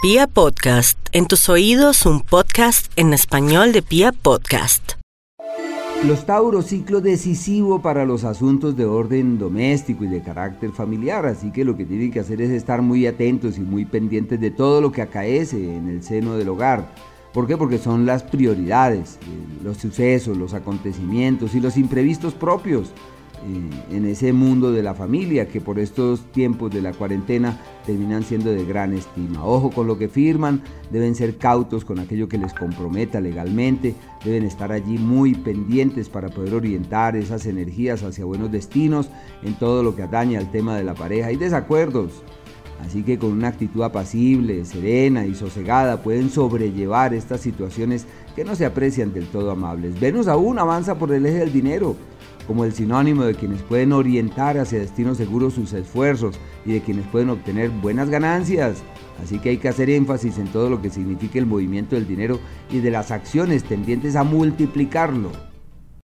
Pia Podcast, en tus oídos un podcast en español de Pia Podcast. Los Tauros, ciclo decisivo para los asuntos de orden doméstico y de carácter familiar, así que lo que tienen que hacer es estar muy atentos y muy pendientes de todo lo que acaece en el seno del hogar. ¿Por qué? Porque son las prioridades, los sucesos, los acontecimientos y los imprevistos propios en ese mundo de la familia, que por estos tiempos de la cuarentena terminan siendo de gran estima. Ojo con lo que firman, deben ser cautos con aquello que les comprometa legalmente, deben estar allí muy pendientes para poder orientar esas energías hacia buenos destinos en todo lo que atañe al tema de la pareja. Hay desacuerdos, así que con una actitud apacible, serena y sosegada pueden sobrellevar estas situaciones que no se aprecian del todo amables. Venus aún avanza por el eje del dinero, como el sinónimo de quienes pueden orientar hacia destinos seguros sus esfuerzos y de quienes pueden obtener buenas ganancias. Así que hay que hacer énfasis en todo lo que signifique el movimiento del dinero y de las acciones tendientes a multiplicarlo.